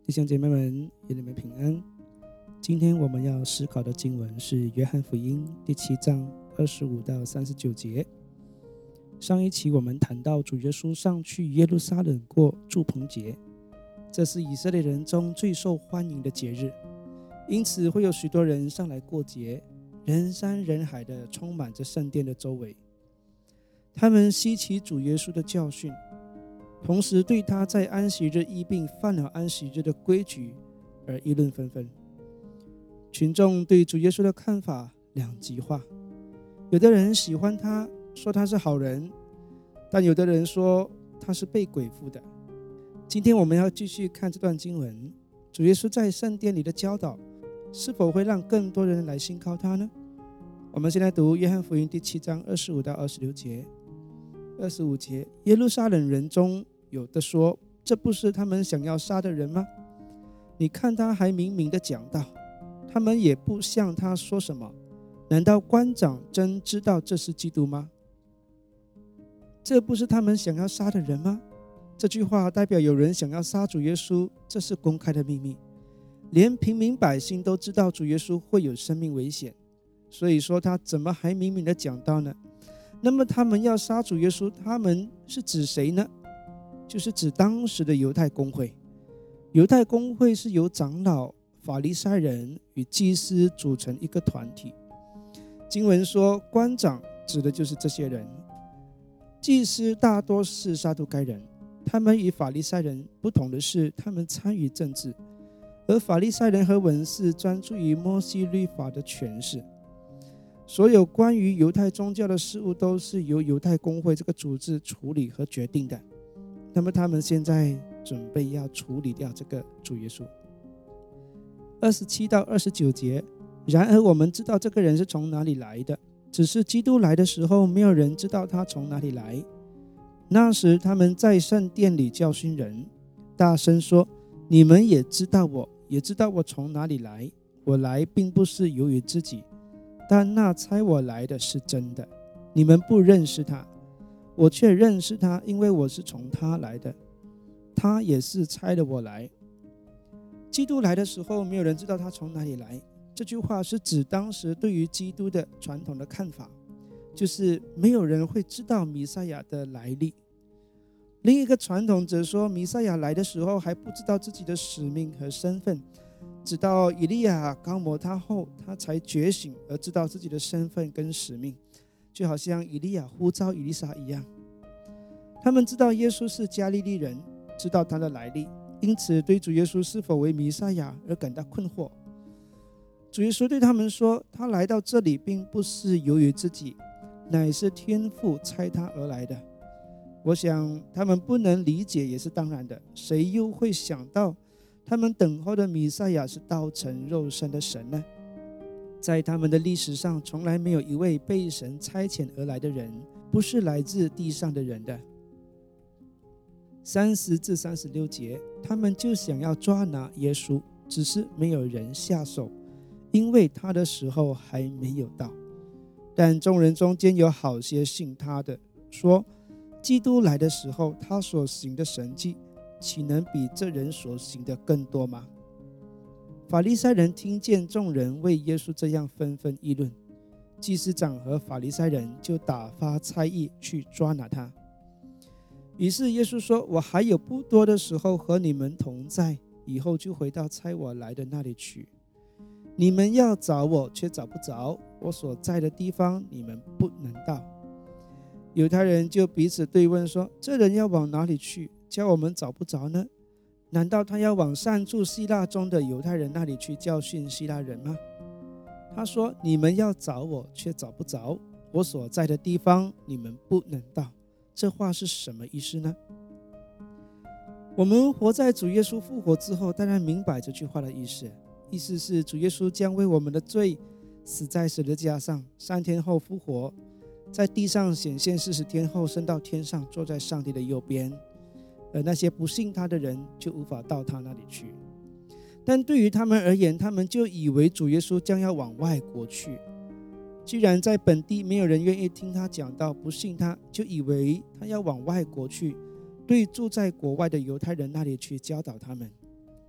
弟兄姐妹们，愿你们平安。今天我们要思考的经文是约翰福音第7章25到39节。上一期我们谈到主耶稣上去耶路撒冷过住棚节，这是以色列人中最受欢迎的节日，因此会有许多人上来过节，人山人海的充满着圣殿的周围。他们吸取主耶稣的教训，同时对他在安息日医病犯了安息日的规矩而议论纷纷。群众对主耶稣的看法两极化，有的人喜欢他，说他是好人，但有的人说他是被鬼附的。今天我们要继续看这段经文，主耶稣在圣殿里的教导是否会让更多人来信靠他呢？我们先来读约翰福音第7章25到26节。25节，耶路撒冷人中有的说，这不是他们想要杀的人吗？你看他还明明的讲道，他们也不向他说什么，难道官长真知道这是基督吗？这不是他们想要杀的人吗？这句话代表有人想要杀主耶稣，这是公开的秘密，连平民百姓都知道主耶稣会有生命危险，所以说他怎么还明明的讲道呢？那么他们要杀主耶稣，他们是指谁呢？就是指当时的犹太公会。犹太公会是由长老、法利赛人与祭司组成一个团体。经文说官长指的就是这些人，祭司大多是撒都该人，他们与法利赛人不同的是，他们参与政治，而法利赛人和文士专注于摩西律法的诠释。所有关于犹太宗教的事物都是由犹太公会这个组织处理和决定的。那么他们现在准备要处理掉这个主耶稣。27到29节，然而我们知道这个人是从哪里来的，只是基督来的时候，没有人知道他从哪里来。那时他们在圣殿里教训人，大声说，你们也知道我，也知道我从哪里来。我来并不是由于自己，但那差我来的是真的。你们不认识他，我却认识他，因为我是从他来的，他也是差了我来。基督来的时候，没有人知道他从哪里来。这句话是指当时对于基督的传统的看法，就是没有人会知道弥赛亚的来历。另一个传统则说，弥赛亚来的时候还不知道自己的使命和身份，直到以利亚膏抹他后，他才觉醒而知道自己的身份跟使命，就好像以利亚呼召以利沙一样。他们知道耶稣是加利利人，知道他的来历，因此对主耶稣是否为弥赛亚而感到困惑。主耶稣对他们说，他来到这里并不是由于自己，乃是天父差他而来的。我想他们不能理解也是当然的，谁又会想到他们等候的弥赛亚是道成肉身的神呢？在他们的历史上，从来没有一位被神差遣而来的人不是来自地上的人的。30至36节，他们就想要抓拿耶稣，只是没有人下手，因为他的时候还没有到。但众人中间有好些信他的，说基督来的时候，他所行的神迹岂能比这人所行的更多吗？法利赛人听见众人为耶稣这样纷纷议论，祭司长和法利赛人就打发差役去抓拿他。于是耶稣说，我还有不多的时候和你们同在，以后就回到差我来的那里去。你们要找我，却找不着，我所在的地方你们不能到。犹太人就彼此对问说，这人要往哪里去，叫我们找不着呢？难道他要往擅住希腊中的犹太人那里去教训希腊人吗？他说，你们要找我，却找不着，我所在的地方你们不能到。这话是什么意思呢？我们活在主耶稣复活之后，当然明白这句话的意思。意思是主耶稣将为我们的罪死在十字架上，3天后复活，在地上显现40天后升到天上，坐在上帝的右边，而那些不信他的人就无法到他那里去。但对于他们而言，他们就以为主耶稣将要往外国去。既然在本地没有人愿意听他讲道，不信他，就以为他要往外国去，对住在国外的犹太人那里去教导他们。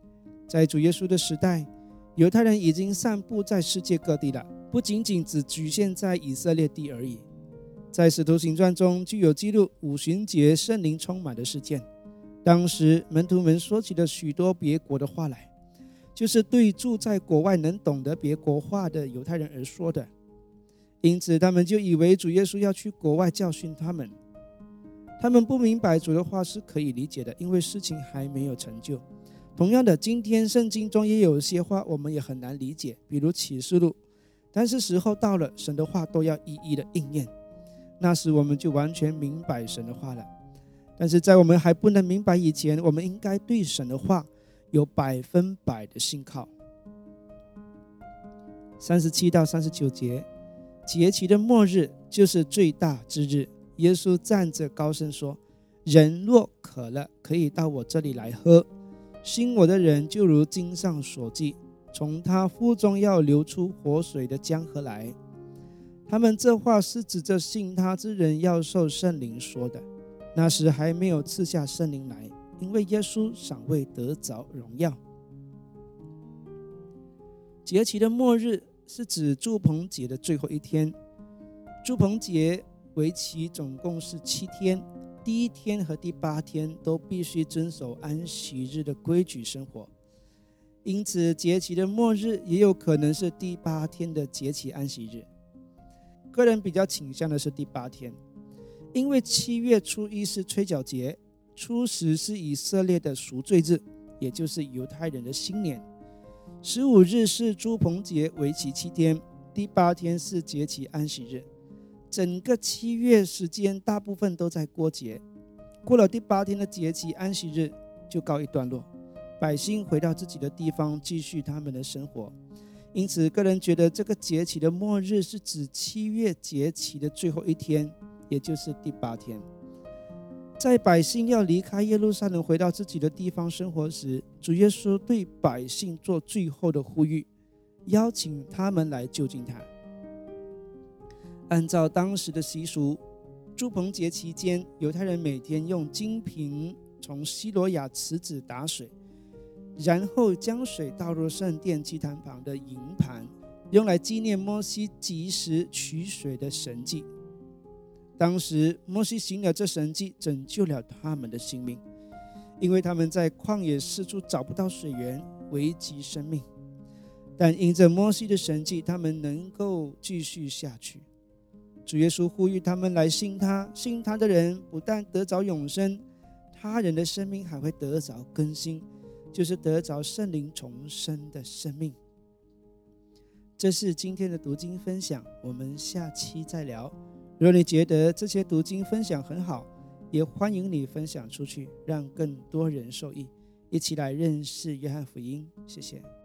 在主耶稣的时代，犹太人已经散布在世界各地了，不仅仅只局限在以色列地而已。在使徒行传中就有记录五旬节圣灵充满的事件，当时门徒们说起了许多别国的话来，就是对住在国外能懂得别国话的犹太人而说的。因此他们就以为主耶稣要去国外教训他们。他们不明白主的话是可以理解的，因为事情还没有成就。同样的，今天圣经中也有些话我们也很难理解，比如启示录，但是时候到了，神的话都要一一的应验，那时我们就完全明白神的话了。但是在我们还不能明白以前，我们应该对神的话有100%的信靠。37到39节，节期的末日就是最大之日。耶稣站着高声说：人若渴了，可以到我这里来喝。信我的人就如经上所记，从他腹中要流出活水的江河来。他们这话是指着信他之人要受圣灵说的。那时还没有赐下圣灵来，因为耶稣尚未得着荣耀。节期的末日是指住棚节的最后一天。住棚节为期总共是7天，第1天和第8天都必须遵守安息日的规矩生活，因此节期的末日也有可能是第8天的节期安息日。个人比较倾向的是第8天，因为7月初1是吹角节，初10是以色列的赎罪日，也就是犹太人的新年，15日是住棚节，为期7天，第8天是节期安息日。整个7月时间大部分都在过节，过了第8天的节期安息日就告一段落，百姓回到自己的地方继续他们的生活。因此个人觉得这个节期的末日是指7月节期的最后一天，也就是第8天。在百姓要离开耶路撒冷回到自己的地方生活时，主耶稣对百姓做最后的呼吁，邀请他们来就近他。按照当时的习俗，住棚节期间，犹太人每天用金瓶从西罗亚池子打水，然后将水倒入圣殿祭坛旁的银盘，用来纪念摩西及时取水的神迹。当时摩西行了这神迹，拯救了他们的性命，因为他们在旷野四处找不到水源，危及生命。但因着摩西的神迹，他们能够继续下去。主耶稣呼吁他们来信他，信他的人不但得着永生，他人的生命还会得着更新，就是得着圣灵重生的生命。这是今天的读经分享，我们下期再聊。如果你觉得这些读经分享很好，也欢迎你分享出去，让更多人受益，一起来认识约翰福音。谢谢。